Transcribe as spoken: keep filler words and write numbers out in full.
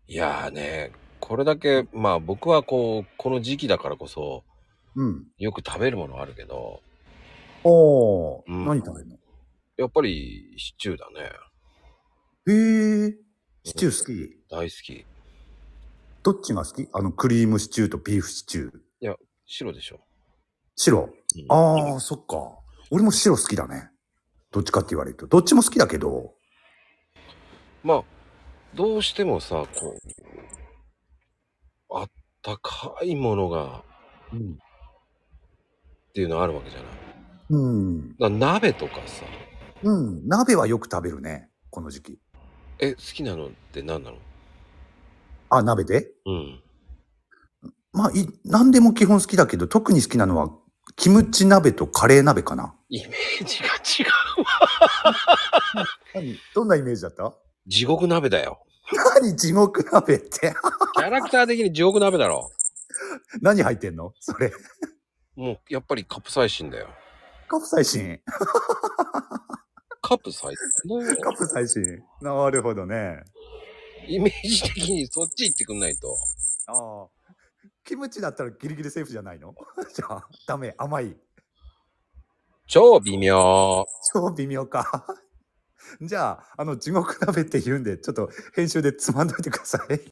いやーね、これだけ、まあ僕はこう、この時期だからこそ、 うん。 よく食べるものあるけど、 おー、 うん、 何食べるの？ やっぱりシチューだね。 へえ、 うん、 シチュー好き？ 大好き。いどっちが好き？あの、クリームシチューとビーフシチュー。 や、白でしょ。 白。 うん。 ああ、そっか。俺も白好きだね。どっちかって言われると。どっちも好きだけど。 まあ、どうしてもさ、こう、あったかいものが、 うん。 っていうのあるわけじゃない。 うん。 だ鍋とかさ、 うん。鍋はよく食べるね。この時期。 え、好きなのって何なの？ あ、鍋で？ うん。 まあ、い、何でも基本好きだけど、特に好きなのは、キムチ鍋とカレー鍋かな。 イメージが違う。 何？どんなイメージだった？ 地獄鍋だよ。 何地獄鍋って。 キャラクター的に地獄鍋だろ。 何入ってんのそれ？ もう、やっぱりカプサイシンだよ。 カプサイシン。 カプサイシンね。 カプサイシン。なるほどね。 イメージ的にそっち行ってくんないと。 ああ。キムチだったらギリギリセーフじゃないの？じゃあ、ダメ。甘い。 超微妙。 超微妙か。じゃあ、あの、地獄鍋って言うんで、ちょっと編集でつまんどいてください。